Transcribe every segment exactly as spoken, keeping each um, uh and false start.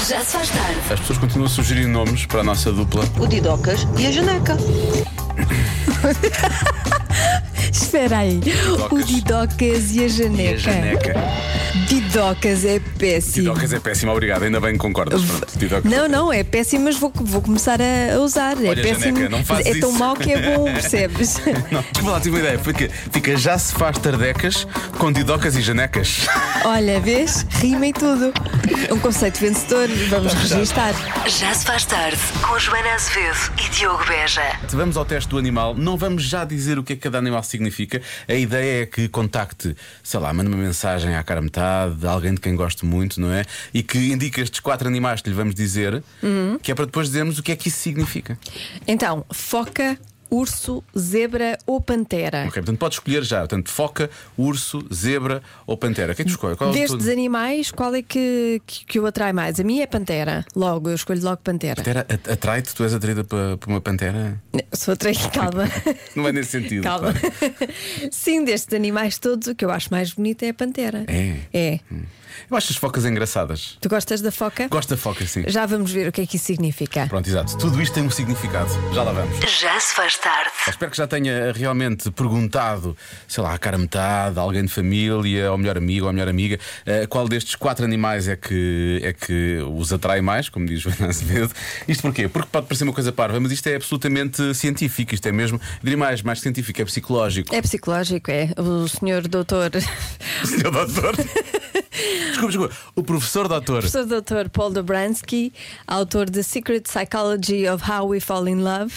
Já se faz tarde. As pessoas continuam a sugerir nomes para a nossa dupla. O Didocas e a Janeca. Espera aí. O Didocas e a Janeca. E a Janeca. Didocas é péssimo. Didocas é péssimo, obrigado. Ainda bem que concordas. Pronto, Didocas. Não, não, é péssimo, mas vou, vou começar a usar. Olha, é péssimo. Janeca, não fazes é tão isso. mau que é bom, percebes? Não, desculpa lá, tive uma ideia. Porque fica já se faz tardecas com Didocas e Janecas. Olha, vês? Rima e tudo. Um conceito vencedor, vamos registar. Já se faz tarde com Joana Azevedo e Diogo Beja. Vamos ao teste do animal. Não vamos já dizer o que é que cada animal significa. A ideia é que contacte, sei lá, mande uma mensagem à cara metade de alguém de quem gosto muito, não é? E que indique estes quatro animais que lhe vamos dizer, Uhum. que é para depois dizermos o que é que isso significa. Então, foca, urso, zebra ou pantera? Ok, portanto pode escolher já. Portanto, foca, urso, zebra ou pantera. O que é que tu escolhes? Qual é o Destes teu- animais, qual é que, que, que o atrai mais? A minha é pantera. Logo, eu escolho logo pantera. Pantera a- atrai-te? Tu és atraída para, para uma pantera? Sou atraída, calma. Não é nesse sentido. Calma. Claro. Sim, destes animais todos, o que eu acho mais bonito é a pantera. É? É. Eu acho as focas engraçadas. Tu gostas da foca? Gosto da foca, sim. Já vamos ver o que é que isso significa. Pronto, exato. Tudo isto tem um significado. Já lá vamos. Já se faz tarde. Espero que já tenha realmente perguntado, sei lá, à cara metade, a alguém de família, ao melhor amigo, ou à melhor amiga, eh, qual destes quatro animais é que, é que os atrai mais, como diz Joana Azevedo. Isto porquê? Porque pode parecer uma coisa parva, mas isto é absolutamente científico. Isto é mesmo, diria mais, mais científico, é psicológico. É psicológico, é. O senhor doutor. Senhor doutor. Desculpa, desculpa. O professor doutor. O professor doutor Paul Dobransky, autor de Secret Psychology of How We Fall in Love.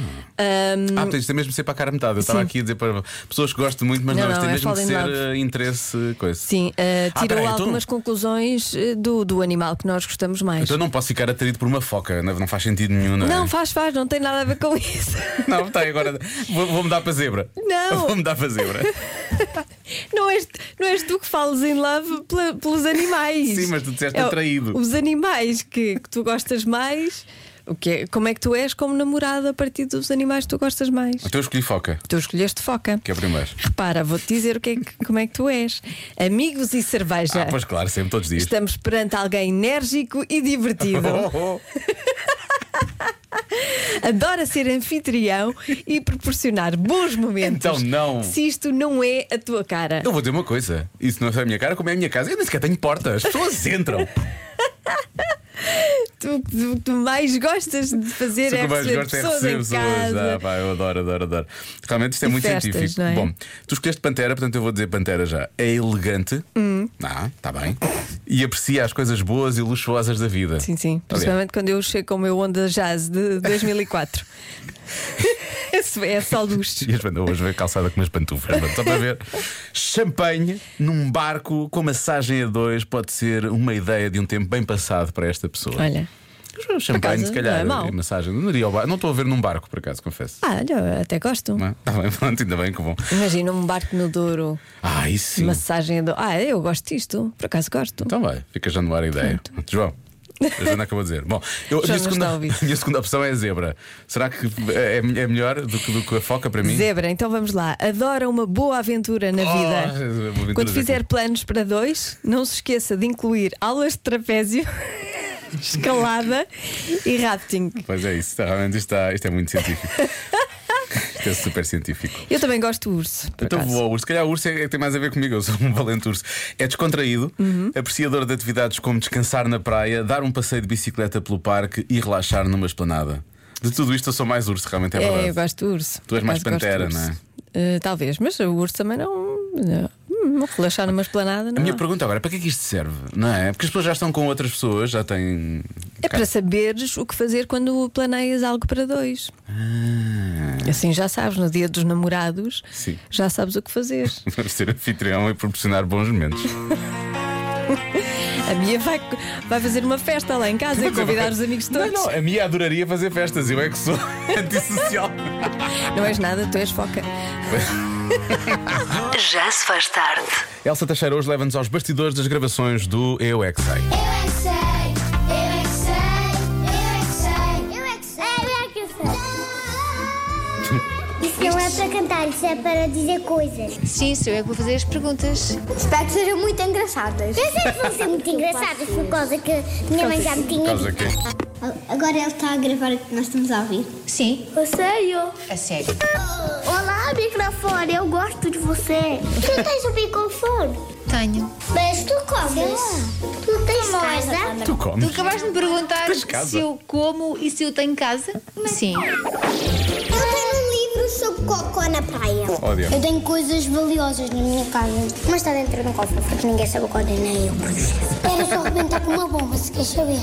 Um, Ah, portanto, isto é mesmo ser para a cara metade. Eu estava Sim. aqui a dizer para pessoas que gostam muito, mas não, Não, isto não, tem é mesmo de fall in ser love. eh, interesse, coisa. Sim, uh, Ah, tirou peraí, então- algumas conclusões uh, do, do animal que nós gostamos mais. Então eu não posso ficar atraído por uma foca, não, não faz sentido nenhum, não é? Não, faz, faz, não tem nada a ver com isso. Não, está agora. Vou, vou mudar para zebra. Não. Vou mudar para zebra. Não és, não és tu que falas em love pela- pelos animais. Sim, mas tu disseste É o- atraído. Os animais que, que tu gostas mais. O que é, como é que tu és como namorado a partir dos animais que tu gostas mais? Então eu escolhi foca, Tu escolheste foca. que é o primeiro. Repara, vou-te dizer o que é que- como é que tu és. Amigos e cerveja. Ah, pois claro, sempre, todos os dias. Estamos perante alguém enérgico e divertido. Oh, oh. Adora ser anfitrião e proporcionar bons momentos. Então não. Se isto não é a tua cara. Eu vou dizer uma coisa: isso não é a minha cara, como é a minha casa. Eu nem sequer tenho porta, as pessoas entram. Tu, tu, tu mais gostas de fazer Se o é que mais receber gosto é pessoas receber em pessoas. casa. Ah, pá, eu adoro, adoro, adoro. Realmente isto é E muito festas, científico. não é? Bom, tu escolheste pantera, portanto eu vou dizer pantera já. É elegante. Hum. Ah, está bem. E aprecia as coisas boas e luxuosas da vida. Sim, sim. Aliás, Principalmente quando eu chego com o meu Honda Jazz de dois mil e quatro. Esse é só luxo. E as bandas hoje veio calçada com umas pantufas. Mas só para ver. Champanhe num barco com massagem a dois pode ser uma ideia de um tempo bem passado para esta pessoa. Olha. Champanhe, acaso, se calhar, não é mau. e massagem. Não iria ao bar. Não estou a ver num barco, por acaso, confesso. Ah, olha, eu até gosto. Não é? Tá bem, pronto, ainda bem que bom. Imagina um barco no Douro, Ah, isso sim. massagem do. Ah, eu gosto disto, por acaso gosto. Então vai, fica já no ar a ideia. João. A Joana acabou de dizer. Bom, eu, a, Já minha não segunda, está a ouvir. a minha segunda opção é a zebra. Será que é, é melhor do que, do que a foca para mim? Zebra, então vamos lá. Adora uma boa aventura na Oh, vida. aventuras Quando fizer aqui. planos para dois, não se esqueça de incluir aulas de trapézio, escalada e rafting. Pois é isso, realmente isto, está, isto é muito científico. Isto é super científico. Eu também gosto do urso. por Então acaso. vou ao urso. Se calhar o urso é, é que tem mais a ver comigo. Eu sou um valente urso. É descontraído, Uhum. apreciador de atividades como descansar na praia, dar um passeio de bicicleta pelo parque e relaxar numa esplanada. De tudo isto eu sou mais urso, realmente é verdade. É, eu gosto do urso. Tu és Por mais acaso gosto pantera, do urso. não é? Eh, talvez, mas o urso também não. não. Hum, relaxar numa esplanada não. A minha há. pergunta agora é para que é que isto serve? Não é? Porque as pessoas já estão com outras pessoas, já têm. É para saberes o que fazer quando planeias algo para dois. Ah, Assim já sabes, no dia dos namorados, Sim. já sabes o que fazer. Vamos ser anfitrião e proporcionar bons momentos. A minha vai, vai fazer uma festa lá em casa e convidar os amigos todos. Não, não, a minha adoraria fazer festas. Eu é que sou antissocial. Não és nada, tu és foca. Já se faz tarde. Elsa Teixeira hoje leva-nos aos bastidores das gravações do Eu É Que Sei. Eu é que sei, eu é que sei, eu é que sei, eu é que sei, eu é que sei. Isso não é para cantar, isso é para dizer coisas. Sim, sou eu que vou fazer as perguntas. Espero que sejam muito engraçadas. Eu sei que vão ser muito engraçadas por causa que minha mãe já me tinha Causa dito. quê? Agora ele está a gravar o que nós estamos a ouvir. Sim, A sério? a sério. Olá, microfone, eu gosto de você. Tu tens um microfone? Tenho. Mas tu comes? Tu tens casa? Tu Tu comes? acabaste de me perguntar Tens casa? se eu como e se eu tenho casa? Sim. Eu tenho um livro sobre cocó na praia. Ódio. Eu tenho coisas valiosas na minha casa, mas está dentro de um cofre, porque ninguém sabe o código, nem eu. Era só arrebentar com uma bomba, se queres saber.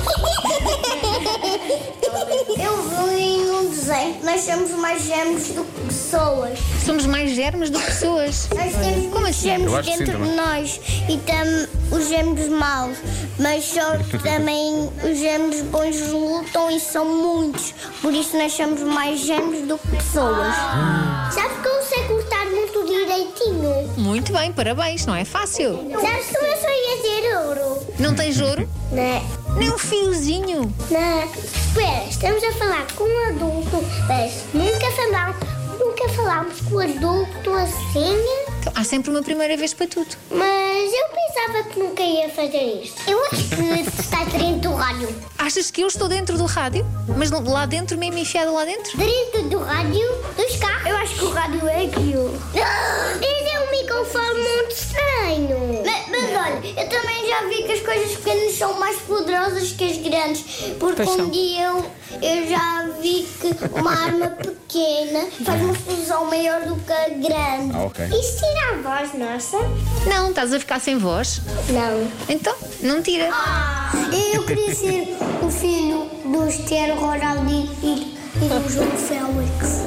Eu vi num desenho que nós somos mais germes do que pessoas. Somos mais germes do que pessoas. Nós temos Como muitos assim? germes Eu acho que sim, dentro de também. nós e tam, os germes maus, mas só que também os germes bons lutam e são muitos. Por isso nós somos mais germes do que pessoas. Sabes que eu sei cortar muito direitinho? Muito bem, parabéns, não é fácil. Sabes que eu só ia ter ouro? Não tens ouro? Não. Nem um fiozinho. Não. Espera, estamos a falar com um adulto, mas nunca falamos, nunca falámos com um adulto assim. Então, há sempre uma primeira vez para tudo. Mas eu pensava que nunca ia fazer isto. Eu acho que tu estás dentro do rádio. Achas que eu estou dentro do rádio? Mas lá dentro, mesmo enfiado lá dentro? Dentro do rádio dos carros. Eu acho que o rádio é aquilo. Esse é um microfone muito estranho. Mas, mas olha, eu também já vi que as coisas pequenas são mais poderosas que as grandes. Porque Pois um são. dia eu, eu já vi que uma arma pequena faz uma explosão maior do que a grande. Ah, ok. Isso tira a voz nossa? Não, estás a ficar sem voz? Não. Então, não tira. Eu queria ser o filho do Cristiano Ronaldo e, e do João Félix.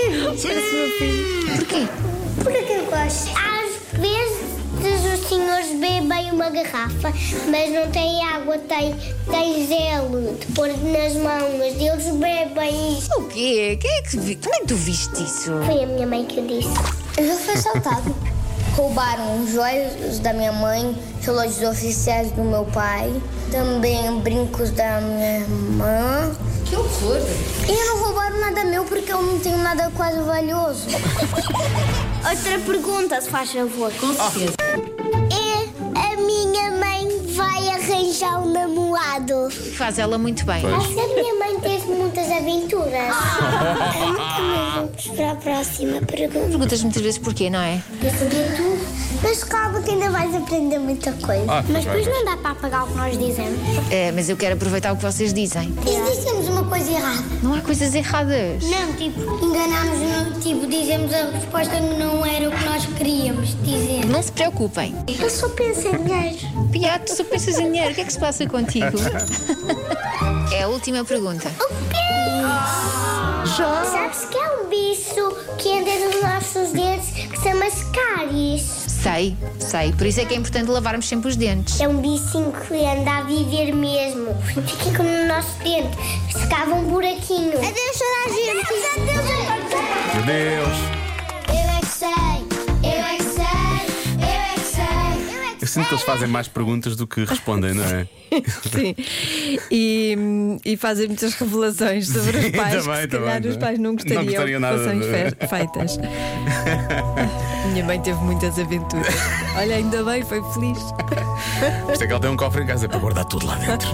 Porquê? Porque eu gosto. Às vezes os senhores bebem uma garrafa, mas não tem água, tem, tem gelo de pôr nas mãos. Eles bebem isso. O quê? Quem é que vi? Como é que tu viste isso? Foi a minha mãe que eu disse. Eu já fui assaltado. Roubaram os joias da minha mãe, relógios oficiais do meu pai, também brincos da minha irmã. Que horror! E não roubaram nada meu porque eu não tenho nada quase valioso. Outra pergunta, se faz favor. Com certeza. É, a minha mãe vai arranjar um namorado. Faz ela muito bem. Pois. Acho que a minha mãe teve muitas aventuras. Também vamos para a próxima pergunta. Perguntas muitas vezes porquê, não é? Eu sabia tudo, mas calma que ainda vais aprender muita coisa. Ah, mas vai, depois vai. não dá para apagar o que nós dizemos. É, mas eu quero aproveitar o que vocês dizem. E dissemos uma coisa errada. Não há coisas erradas. Não, tipo, enganámos-nos, tipo, dizemos a resposta que não era o que nós queríamos dizer. Não se preocupem. Eu só penso em dinheiro. Piato, tu só pensas em dinheiro. O que é que se passa contigo? É a última pergunta. O quê? Sabes que é um bicho que anda nos nossos dentes que se chama cáries? Sei, sei. Por isso é que é importante lavarmos sempre os dentes. É um bichinho que anda a viver mesmo. Fica como no nosso dente. Se cava um buraquinho. Adeus, toda a gente. Meu Deus! Eu é que sei, eu é que sei, eu é que sei, eu é que Eu sinto que eles fazem mais perguntas do que respondem, não é? Sim. E, e fazem muitas revelações sobre os Sim, pais também, que se também, calhar os também. pais não Não gostariam, gostariam nada que fossem de- fe- feitas. Minha mãe teve muitas aventuras. Olha, ainda bem, foi feliz. Por isso é que ela tem um cofre em casa para guardar tudo lá dentro.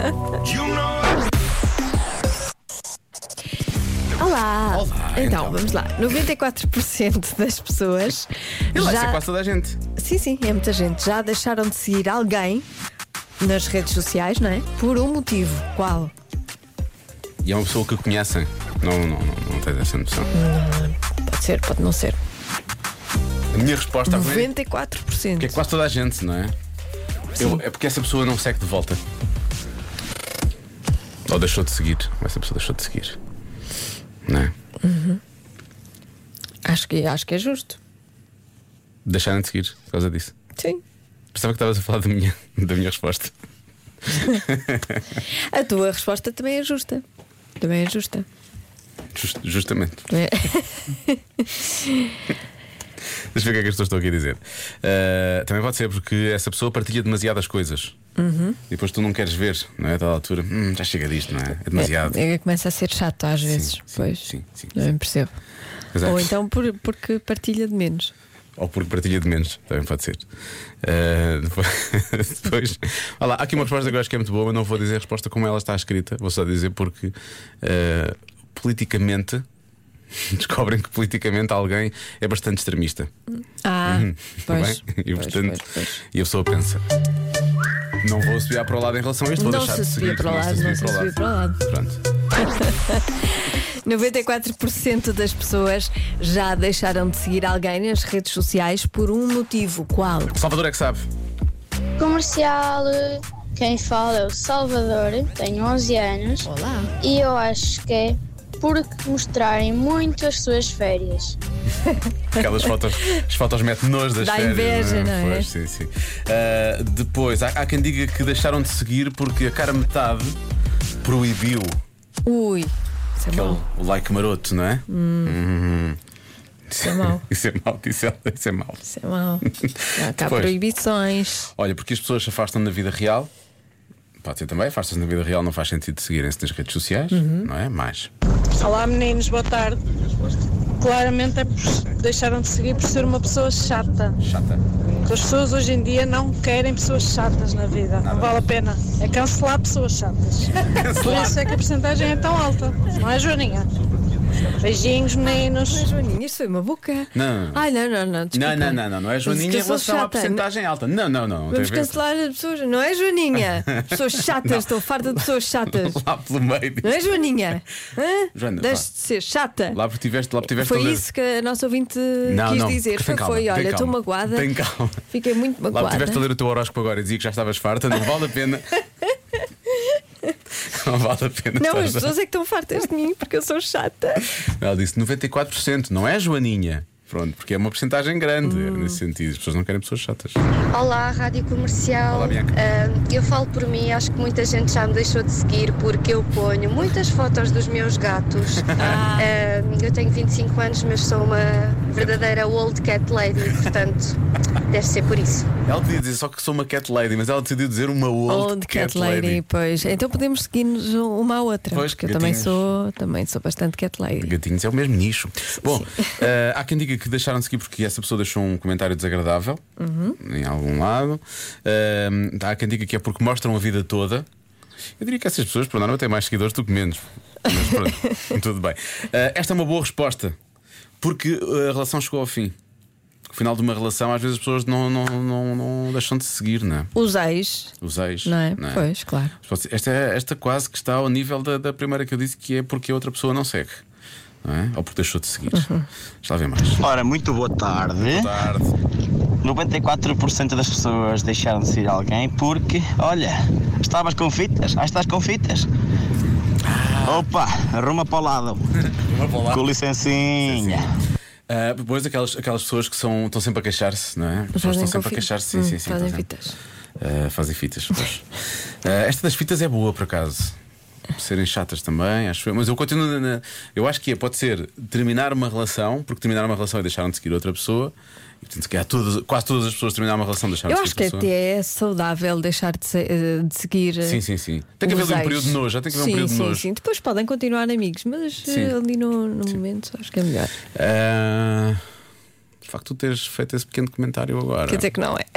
Olá! Olá, então, então. vamos lá. noventa e quatro por cento das pessoas E lá, isso é já. quase toda a gente. Sim, sim, é muita gente. Já deixaram de seguir alguém nas redes sociais, não é? Por um motivo. Qual? E é uma pessoa que conhecem. Não, não, não, não tens essa noção. Pode ser, pode não ser. A minha resposta a noventa e quatro por cento. que é quase toda a gente, não é? Eu, é porque essa pessoa não segue de volta. Ou deixou de seguir. Ou essa pessoa deixou de seguir. Não é? Acho que, acho que é justo. Deixarem de seguir por causa disso. Sim. Pensava que estavas a falar da minha, da minha resposta. A tua resposta também é justa. Também é justa. Just- justamente. É. Deixa eu ver o que é que as pessoas estão aqui a dizer. Uh, também pode ser porque essa pessoa partilha demasiadas coisas. Uhum. E depois tu não queres ver, não é? A tal altura, hum, já chega disto, não é? É demasiado. É, é, começa a ser chato às vezes. Sim, sim, pois. sim, sim, Não sim. percebo. Mas é- Ou então por, porque partilha de menos. Ou porque partilha de menos, também pode ser. Uh, depois, depois olha lá, há aqui uma resposta que eu acho que é muito boa, mas não vou dizer a resposta como ela está escrita. Vou só dizer porque uh, politicamente descobrem que politicamente alguém é bastante extremista. Ah, Uhum. pois, Bem? E, pois, portanto, pois, pois. e a pessoa pensa: não vou subir para o lado em relação a isto, vou Não deixar se de subia seguir. para o lado, se não se subia para o lado. Pronto. noventa e quatro por cento das pessoas já deixaram de seguir alguém nas redes sociais por um motivo. Qual? Salvador é que sabe. Comercial, quem fala é o Salvador, tenho onze anos. Olá. E eu acho que é porque mostrarem muito as suas férias. Aquelas fotos, as fotos mete nojo das Dá férias. inveja, não é? Pois, sim, sim. Uh, depois, há, há quem diga que deixaram de seguir porque a cara metade proibiu Ui, isso é aquele mau. o like maroto, não é? Hum. Isso é mau. Isso é mau, isso é, isso é mau. Isso é mau. Há cá Depois. proibições. Olha, porque as pessoas se afastam na vida real. Pode ser também, afastam-se na vida real, não faz sentido seguirem-se nas redes sociais, Uhum. não é? Mais. Olá meninos, boa tarde. Claramente é por, deixaram de seguir por ser uma pessoa chata. Chata. Porque as pessoas hoje em dia não querem pessoas chatas na vida. Não vale a pena. É cancelar pessoas chatas. Por isso é que a porcentagem é tão alta. Não é, Joaninha? Beijinhos, meninos. Mas, Joaninha, isto foi uma boca. Não, não. Ai, não, não, não. Desculpa. Não, não, não, não, não é Joaninha em Mas que eu sou relação à chata. porcentagem alta. Não, não, não. não Vamos tem a ver. cancelar as pessoas. Não é, Joaninha? Pessoas chatas, estou farta de pessoas chatas. Lá pelo meio. Não é, Joaninha? Hã? Joana, Deixe vá. de ser chata. Lá porque tiveste, lá porque tiveste Foi a ler. isso que a nossa ouvinte Não, quis não, dizer. tem Foi, calma, foi tem olha, estou calma. magoada. Tem calma. Fiquei muito Lá magoada. tiveste a ler o teu horóscopo agora e dizia que já estavas farta, não vale a pena. Não vale a pena. Não, estar- as pessoas é que estão fartas de mim porque eu sou chata. Ela disse noventa e quatro por cento, não é Joaninha. Pronto, porque é uma porcentagem grande, Hum. era nesse sentido. As pessoas não querem pessoas chatas. Olá, Rádio Comercial. Olá, Bianca. Ah, eu falo por mim, acho que muita gente já me deixou de seguir porque eu ponho muitas fotos dos meus gatos. Ah, eu tenho vinte e cinco anos, mas sou uma verdadeira old cat lady, portanto, deve ser por isso. Ela podia dizer só que sou uma cat lady, mas ela decidiu dizer uma old, Old Cat, lady. Pois. Então podemos seguir-nos uma à outra. Pois, porque eu também gatinhos. sou, também sou bastante Cat Lady. Gatinhos é o mesmo nicho. Bom, eh, há quem diga que deixaram de seguir porque essa pessoa deixou um comentário desagradável Uhum. em algum lado. Eh, há quem diga que é porque mostram a vida toda. Eu diria que essas pessoas, por norma, têm mais seguidores do que menos. Mas pronto, tudo bem. Eh, esta é uma boa resposta. Porque a relação chegou ao fim. No final de uma relação, às vezes as pessoas não, não, não, não deixam de se seguir, não é? Os ex, Os ex. não é? Pois, claro. Esta, esta quase que está ao nível da, da primeira que eu disse, que é porque a outra pessoa não segue, não é? Ou porque deixou de seguir. Uhum. Deixa lá ver mais. Ora, muito boa tarde. Boa tarde. noventa e quatro por cento das pessoas deixaram de seguir alguém porque, olha, estavas com fitas, ah, estás com fitas. Opa, arruma para o lado. Com licencinha. Uh, depois aquelas, aquelas pessoas que são, estão sempre a queixar-se, não é? As pessoas Fazem estão sempre com a queixar-se, sim, hum, sim, sim. Fazem estão fitas. sempre. Uh, fazem fitas. Pois. Uh, esta das fitas é boa, por acaso. Serem chatas também, acho eu. Mas eu continuo na, na- eu acho que é, pode ser terminar uma relação, porque terminar uma relação e deixaram de seguir outra pessoa. E portanto, se calhar todas, quase todas as pessoas terminaram uma relação deixaram Eu de acho que seguir outra pessoa. até é saudável deixar de, se- eh, de seguir. Sim, sim, sim. Tem que haver os ali um ex. período de nojo, já tem que haver um sim, período de sim, nojo. Sim, depois podem continuar amigos, mas Sim. eh, ali no, no momento acho que é melhor. Ah, de facto, tu teres feito esse pequeno comentário agora. Quer dizer que não é.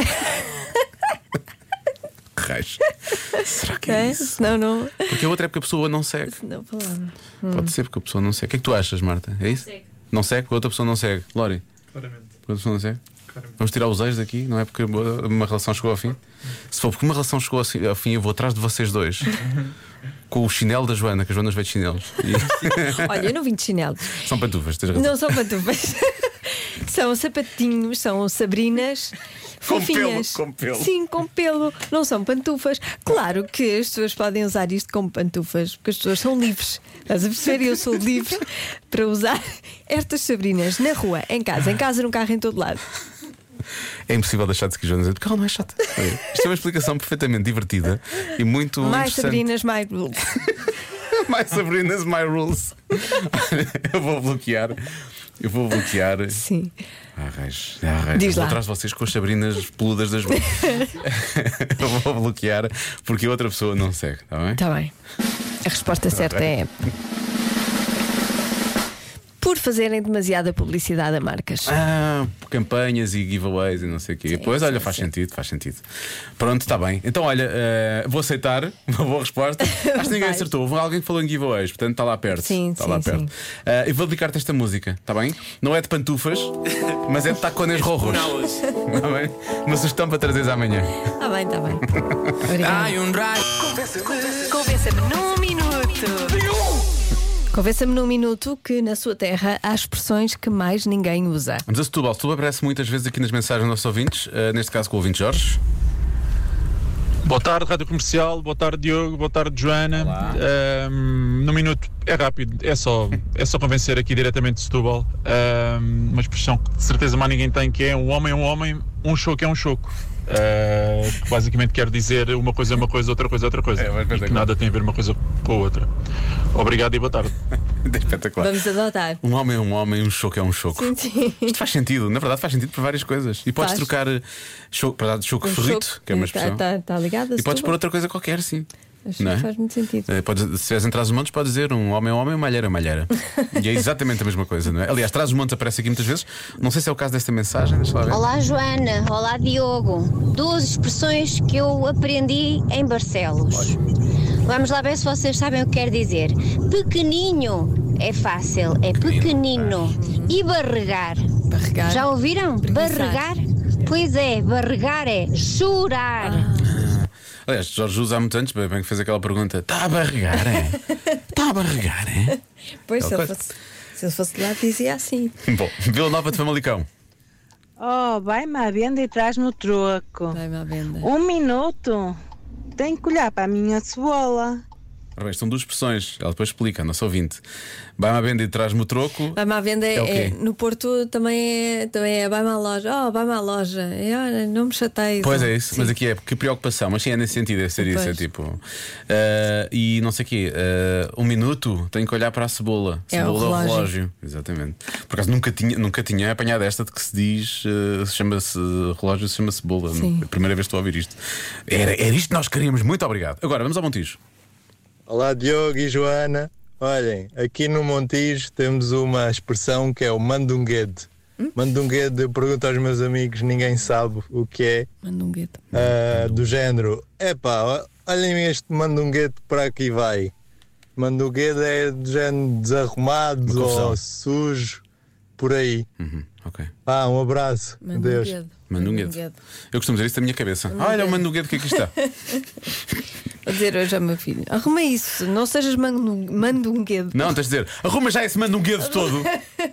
Raios. Será que é, É? isso? Senão não. Porque a outra é porque a pessoa não segue. Não, palavra. Pode ser porque a pessoa não segue. O que é que tu achas, Marta? É isso? Não segue? A outra pessoa não segue. Lori? Claramente. A outra pessoa não segue? Vamos tirar os ex daqui, não é porque uma relação chegou ao fim? Se for porque uma relação chegou ao fim, eu vou atrás de vocês dois. Com o chinelo da Joana, que a Joana nos veio de chinelos. E- Olha, eu não vim de chinelos. São pantufas, tens razão. Não são pantufas. São sapatinhos, são sabrinas. Com Fofinhas. pelo, com pelo. Sim, com pelo. Não são pantufas. Claro que as pessoas podem usar isto como pantufas, porque as pessoas são livres. Estás a perceber? Eu sou livre para usar estas sabrinas na rua, em casa, em casa, no carro, em todo lado. É impossível deixar de seguir Joana, porque ela não é chata. Olha, isto é uma explicação perfeitamente divertida e muito Mais interessante. sabrinas, mais rules. My Sabrina's My Rules. Eu vou bloquear. Eu vou bloquear. Sim. Ah, raios. Ah, raios. Diz Vou lá. atrás de vocês com as sabrinas peludas das mãos. Eu vou bloquear porque a outra pessoa não segue, está bem? Está bem. A resposta certa é por fazerem demasiada publicidade a marcas. Ah, campanhas e giveaways e não sei o quê. Sim, Pois, olha, sim, faz sim. sentido, faz sentido. Pronto, está bem. Então, olha, uh, vou aceitar uma boa resposta. Acho que ninguém Vai. acertou. Houve alguém que falou em giveaways, portanto está lá perto. Sim, está sim, lá perto. sim. Uh, eu vou dedicar-te esta música, está bem? Não é de pantufas, mas é de tacones rojos. Está bem? Uma sugestão para trazeres amanhã. Está bem, está bem. Obrigada. Convença-me num minuto. Convença-me num minuto que na sua terra há expressões que mais ninguém usa. Vamos a Setúbal. Setúbal aparece muitas vezes aqui nas mensagens dos nossos ouvintes, uh, neste caso com o ouvinte Jorge. Boa tarde, Rádio Comercial, boa tarde, Diogo, boa tarde, Joana. Um, no minuto é rápido, é só, é só convencer aqui diretamente de Setúbal. Um, uma expressão que de certeza mais ninguém tem, que é um homem é um homem, um choco é um choco. Uh, que basicamente quer dizer uma coisa é uma coisa, outra coisa é outra coisa. É, e que nada tem a ver uma coisa com a outra. Obrigado e boa tarde. Espetacular. Vamos adotar. Um homem é um homem, um choco é um choco. Sim, sim. Isto faz sentido, na verdade faz sentido para várias coisas. E podes Faz. trocar eh, choco, para dar de choco Um ferrito, choco, que é uma está- expressão. está- está ligado a E podes Setúbal. pôr outra coisa qualquer, sim. Acho Não que é? faz muito sentido. Eh, podes, se estiveres em Trás-os-Montes, podes dizer um homem é um homem, malheira é malheira. E é exatamente a mesma coisa, não é? Aliás, Trás-os-Montes aparece aqui muitas vezes. Não sei se é o caso desta mensagem, deixa lá ver. Olá Joana, olá Diogo. Duas expressões que eu aprendi em Barcelos. Vamos lá ver se vocês sabem o que quer dizer. Pequeninho é fácil, é pequenino. E barregar. Barregar. Já ouviram? Preguiçar. Barregar? Pois é, barregar é chorar. Aliás, Jorge usa há muitos anos, bem bem que fez aquela pergunta: está a barregar, é? Está a barregar, é? Pois, se Aquela ele, coisa. fosse, se ele fosse de lá, dizia assim. Bom, Vila Nova de Famalicão. Oh, vai-me à venda e traz-me o troco. Vai-me à venda. Um minuto. Tenho que olhar para a minha cebola. Ora bem, são duas expressões, ela depois explica, nosso ouvinte. Vai-me à venda e traz-me o troco. Vai-me à venda é, É o quê? é- no Porto também é, também é vai-me à loja. Oh, vai-me à loja. É, olha, não me chateies. Pois é isso, mas aqui é que preocupação, mas sim é nesse sentido, é ser isso, é Pois. tipo. eh, e não sei o quê, eh, um minuto tenho que olhar para a cebola. É, o Cebola ao relógio. relógio. Exatamente. Por acaso nunca tinha, nunca tinha apanhado esta de que se diz, eh, se chama-se relógio, se chama cebola. Sim. É a primeira vez que estou a ouvir isto. Era, era isto que nós queríamos, muito obrigado. Agora vamos ao Montijo. Olá Diogo e Joana. Olhem, aqui no Montijo temos uma expressão que é o mandunguedo. Hum? Mandunguedo, eu pergunto aos meus amigos, ninguém sabe o que é. Mandunguedo. Ah, do género, epá, olhem este mandunguedo que para aqui vai. Mandunguedo é do género desarrumado Uma confusão. ou sujo, por aí. Uhum, ok. Ah, um abraço. Adeus. Mandunguedo. Eu costumo dizer isso da minha cabeça. Olha o mandunguedo que aqui está. Vou dizer hoje ao meu filho: arruma isso, não sejas mandu- mandunguedo. Não, tens de dizer, arruma já esse mandunguedo todo.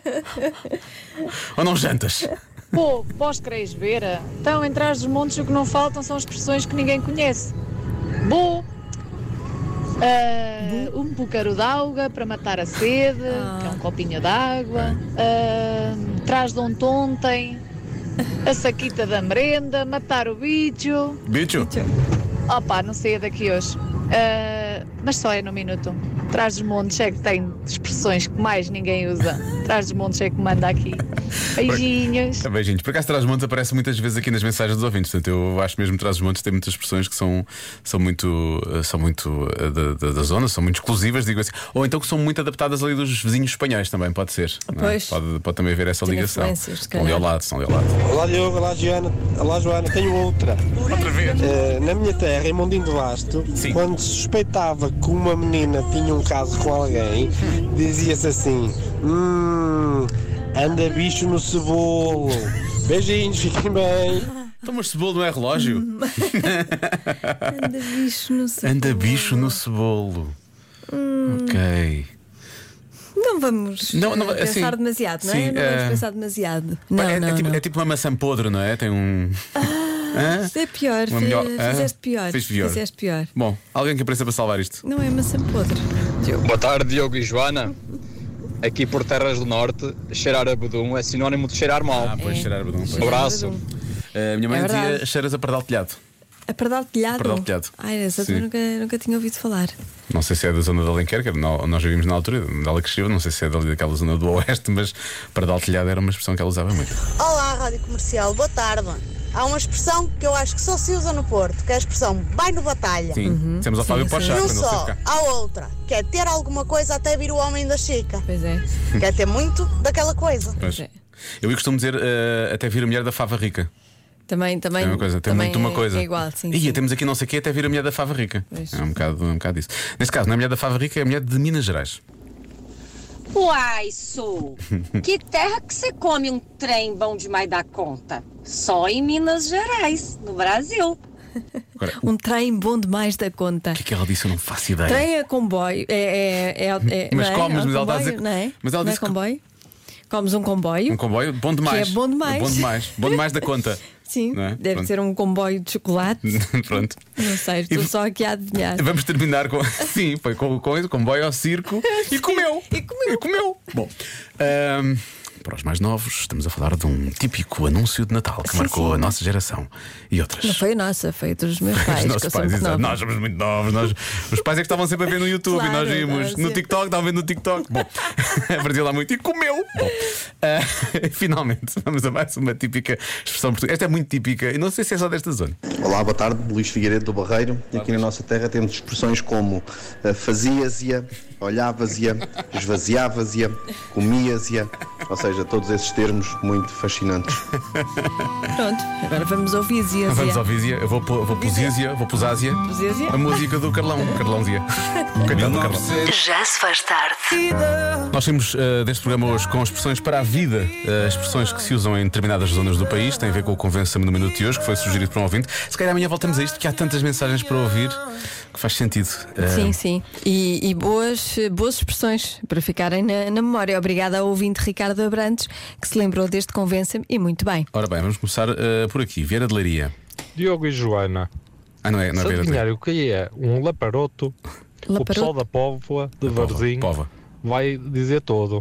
Ou não jantas? Pô, vós quereis ver? Então, em trás dos montes, o que não faltam são expressões que ninguém conhece. Bo, ah, um búcaro d'água para matar a sede, que é um copinho d'água, ah, trás de um tontem, a saquita da merenda, matar o bicho. Bicho? Opa, não sei daqui hoje. Ah, mas só é no minuto. Trás dos montes é que tem expressões que mais ninguém usa. Trás dos montes é que manda aqui. Beijinhos. Beijinhos. Por acaso, Trás-os-Montes aparece muitas vezes aqui nas mensagens dos ouvintes. Portanto, eu acho mesmo que Trás-os-Montes tem muitas expressões que são, são muito, eh, são muito eh, da, da, da zona, são muito exclusivas, digo assim. Ou então que são muito adaptadas ali dos vizinhos espanhóis também, pode ser. não é? Pois. Pode, pode também haver essa Tem ligação. influências, se Estão ali ao calhar. lado, estão ali ao lado. Olá Diogo, olá Joana, olá Joana, tenho outra. Outra vez? Eh, na minha terra, em Mondinho de Basto, quando se suspeitava que uma menina tinha um caso com alguém, dizia-se assim: Hum, anda bicho no cebolo. Beijinhos, fiquem bem. Então, mas cebolo não é relógio? Anda bicho no cebolo. Anda bicho no cebolo. Hum. Ok. Não vamos Não, não, eh, assim, pensar demasiado, não é? sim, Não vamos eh, pensar demasiado. Não, é, não, é tipo, não. é tipo uma maçã podre, não é? Tem um. Hã? Isto é pior, Uma fi- melhor- fizeste Hã? pior. Fiz pior. Fizeste pior. Bom, alguém que apareça para salvar isto. Não é maçã podre. Boa tarde, Diogo e Joana. Aqui por Terras do Norte, cheirar a bedum é sinónimo de cheirar mal. Ah, pois, cheirar a bedum. pois. Um abraço. A minha mãe É dizia verdade. cheiras a pardal telhado. A pardal telhado? Pardal telhado. Ai, essa Sim. eu nunca, nunca tinha ouvido falar. Não sei se é da zona de Alenquer, que nós vivimos na altura onde ela cresceu. Não sei se é dali daquela zona do Oeste, mas para dar telhado era uma expressão que ela usava muito. Olá, Rádio Comercial, boa tarde. Há uma expressão que eu acho que só se usa no Porto, que é a expressão vai no batalha. Sim, uhum. Temos ao Fábio Pochá. Não só, há outra, que é ter alguma coisa até vir o homem da Chica. Pois é. Quer ter muito daquela coisa. Pois. Eu costumo dizer uh, até vir a mulher da fava rica. Também, também, é uma coisa, tem também muito uma coisa. É igual, sim, e sim. temos aqui não sei o quê, até vir a mulher da fava rica. Pois. É um bocado, um bocado isso. Neste caso, não é a mulher da fava rica, é a mulher de Minas Gerais. Uai, Su, que terra que você come um trem bom demais da conta? Só em Minas Gerais, no Brasil. Agora, um trem bom demais da conta. O que é que ela disse? Eu não faço ideia. Trem a comboio. É, é, é, é, mas não comes, é? mas ela está a comboio, dizer. Não é? Mas ela não disse é comboio? Comes um comboio. Um comboio bom demais. Que é bom demais. Bom demais. Bom demais da conta. Sim, é? deve Pronto. ser um comboio de chocolate. Pronto. Não sei, estou e... só aqui a adivinhar. Vamos terminar com. Sim, foi com, com o comboio ao circo e comeu. E comeu. E comeu. Bom. Um... Para os mais novos, estamos a falar de um típico anúncio de Natal que sim, marcou sim. a nossa geração e outras. Não foi a nossa, foi a dos meus pais. Os nossos pais, exato. Nós somos muito novos. Nós, os pais é que estavam sempre a ver no YouTube claro, e nós vimos no TikTok, estavam a ver no TikTok. Bom, apareceu lá muito e comeu. Bom, uh, finalmente, vamos a mais uma típica expressão portuguesa. Esta é muito típica e não sei se é só desta zona. Olá, boa tarde, Luís Figueiredo do Barreiro. E aqui na nossa terra temos expressões como uh, fazias-ia, olhavas-ia, esvaziavas-ia, comias-ia. Ou seja, todos esses termos muito fascinantes. Pronto, agora vamos ouvir Zia. Vamos ouvir Zia. Eu vou pôr Zia, vou pôr Zia. A música do Carlão. Carlão Zia. Coitado do Carlão. Já se faz tarde. Nós temos uh, deste programa hoje com expressões para a vida, uh, expressões que se usam em determinadas zonas do país. Tem a ver com o Convença-me no Minuto de hoje, que foi sugerido por um ouvinte. Se calhar amanhã voltamos a isto, porque há tantas mensagens para ouvir que faz sentido. Uh... Sim, sim. E, e boas, boas expressões para ficarem na, na memória. Obrigada ao ouvinte Ricardo Abrantes, que se lembrou deste Convença-me e muito bem. Ora bem, vamos começar uh, por aqui. Vieira de Leiria. Diogo e Joana. Ah, não é, não é Se Vieira de Leiria. o que é um laparoto, laparoto, o pessoal da Póvoa de Varzim vai dizer todo.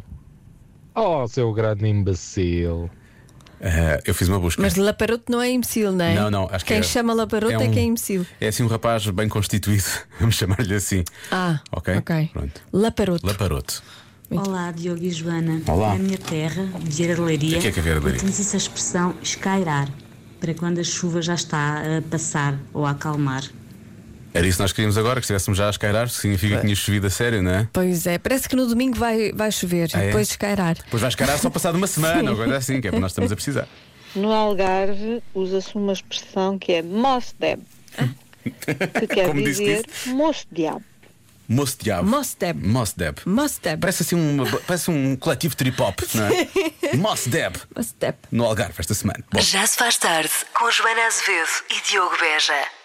Oh, seu grande imbecil. Uh, eu fiz uma busca. Mas laparoto não é imbecil, não é? Não, não, acho que Quem é, chama laparoto é, um, é quem é imbecil. É assim um rapaz bem constituído. Vamos chamar-lhe assim. Ah, ok. okay. Pronto. Laparoto. Laparoto. Olá, Diogo e Joana. Olá. Na minha terra, Vieira de Leiria, o que é que é Vieira de Leiria? utiliza-se a expressão escairar, para quando a chuva já está a passar ou a acalmar. Era isso que nós queríamos agora, que estivéssemos já a escairar, significa que tinha chovido a sério, não é? Pois é, parece que no domingo vai, vai chover ah, e depois é? escairar. Depois vai escairar só passado uma semana, ou coisa assim, que é para nós estamos a precisar. No Algarve usa-se uma expressão que é moço-deb, que quer Como dizer moço-diabo. Moço-diabo. Moço-deb. Moço-deb. Moço-deb. Parece assim um, parece um coletivo trip-hop, não é? Moço-deb. Moço-deb. No Algarve esta semana. Bom. Já se faz tarde com Joana Azevedo e Diogo Beja.